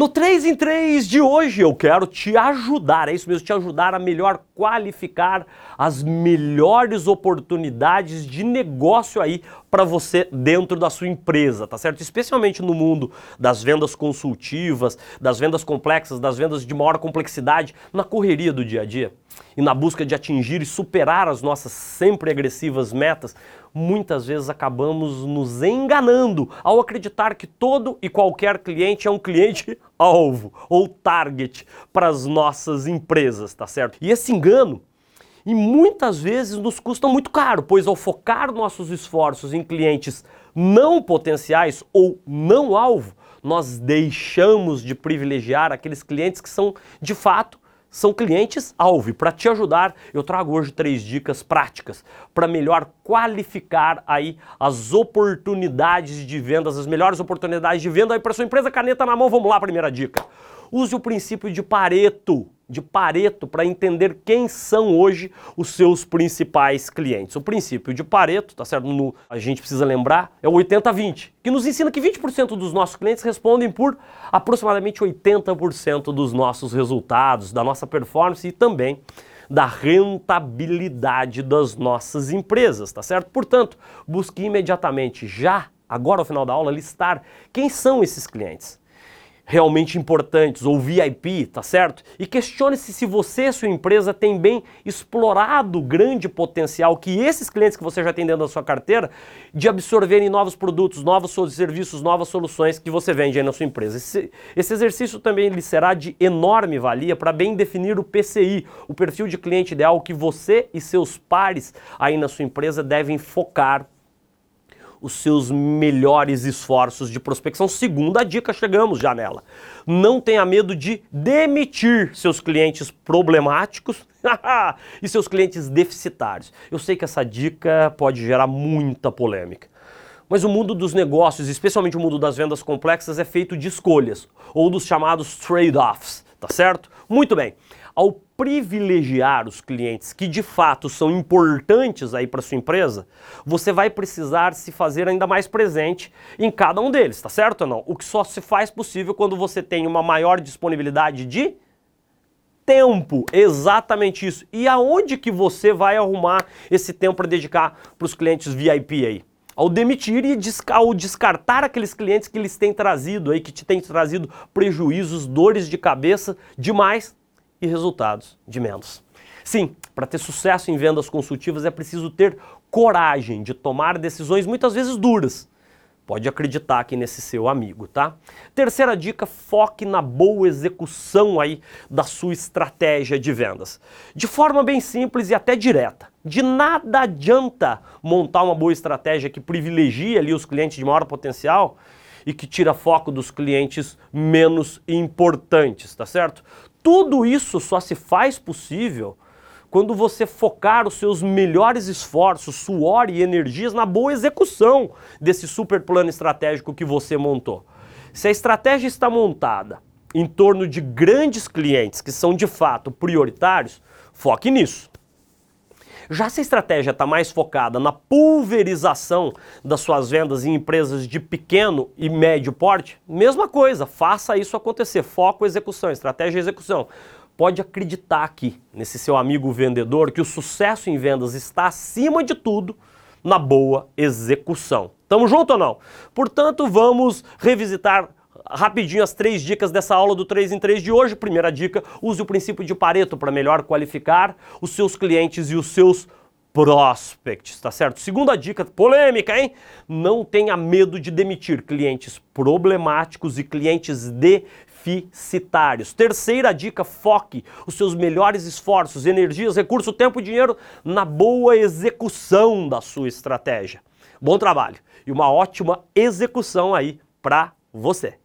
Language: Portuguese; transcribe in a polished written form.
No 3 em 3 de hoje eu quero te ajudar, é isso mesmo, te ajudar a melhor qualificar as melhores oportunidades de negócio aí para você dentro da sua empresa, tá certo? Especialmente no mundo das vendas consultivas, das vendas complexas, das vendas de maior complexidade, na correria do dia a dia e na busca de atingir e superar as nossas sempre agressivas metas, muitas vezes acabamos nos enganando ao acreditar que todo e qualquer cliente é um cliente-alvo ou target para as nossas empresas, tá certo? E esse engano, e muitas vezes nos custa muito caro, pois ao focar nossos esforços em clientes não potenciais ou não alvo, nós deixamos de privilegiar aqueles clientes que são, de fato, são clientes-alvo. E para te ajudar, eu trago hoje 3 dicas práticas para melhor qualificar aí as oportunidades de vendas, as melhores oportunidades de venda aí para sua empresa. Caneta na mão, vamos lá, primeira dica. Use o princípio de Pareto para entender quem são hoje os seus principais clientes. O princípio de Pareto, tá certo? A gente precisa lembrar, é o 80-20, que nos ensina que 20% dos nossos clientes respondem por aproximadamente 80% dos nossos resultados, da nossa performance e também da rentabilidade das nossas empresas, tá certo? Portanto, busque imediatamente, já, agora ao final da aula, listar quem são esses clientes realmente importantes ou VIP, tá certo? E questione-se se você e sua empresa tem bem explorado o grande potencial que esses clientes que você já tem dentro da sua carteira de absorverem novos produtos, novos serviços, novas soluções que você vende aí na sua empresa. Esse exercício também lhe será de enorme valia para bem definir o PCI, o perfil de cliente ideal que você e seus pares aí na sua empresa devem focar os seus melhores esforços de prospecção. Segunda dica, chegamos já nela. Não tenha medo de demitir seus clientes problemáticos e seus clientes deficitários. Eu sei que essa dica pode gerar muita polêmica, mas o mundo dos negócios, especialmente o mundo das vendas complexas, é feito de escolhas, ou dos chamados trade-offs, tá certo? Muito bem. Ao privilegiar os clientes que de fato são importantes aí para sua empresa, você vai precisar se fazer ainda mais presente em cada um deles, tá certo ou não? O que só se faz possível quando você tem uma maior disponibilidade de tempo, exatamente isso. E aonde que você vai arrumar esse tempo para dedicar para os clientes VIP aí? Ao demitir e ao descartar aqueles clientes que eles têm trazido aí, que te têm trazido prejuízos, dores de cabeça demais e resultados de menos. Sim, para ter sucesso em vendas consultivas é preciso ter coragem de tomar decisões muitas vezes duras. Pode acreditar aqui nesse seu amigo, tá? Terceira dica, foque na boa execução aí da sua estratégia de vendas. De forma bem simples e até direta. De nada adianta montar uma boa estratégia que privilegia ali os clientes de maior potencial e que tira foco dos clientes menos importantes, tá certo? Tudo isso só se faz possível quando você focar os seus melhores esforços, suor e energias na boa execução desse super plano estratégico que você montou. Se a estratégia está montada em torno de grandes clientes que são de fato prioritários, foque nisso. Já se a estratégia está mais focada na pulverização das suas vendas em empresas de pequeno e médio porte, mesma coisa, faça isso acontecer. Foco, execução, estratégia e execução. Pode acreditar aqui, nesse seu amigo vendedor, que o sucesso em vendas está acima de tudo na boa execução. Tamo junto ou não? Portanto, vamos revisitar rapidinho as 3 dicas dessa aula do 3 em 3 de hoje. Primeira dica, use o princípio de Pareto para melhor qualificar os seus clientes e os seus prospects, tá certo? Segunda dica, polêmica, hein? Não tenha medo de demitir clientes problemáticos e clientes deficitários. Terceira dica, foque os seus melhores esforços, energias, recursos, tempo e dinheiro na boa execução da sua estratégia. Bom trabalho e uma ótima execução aí para você.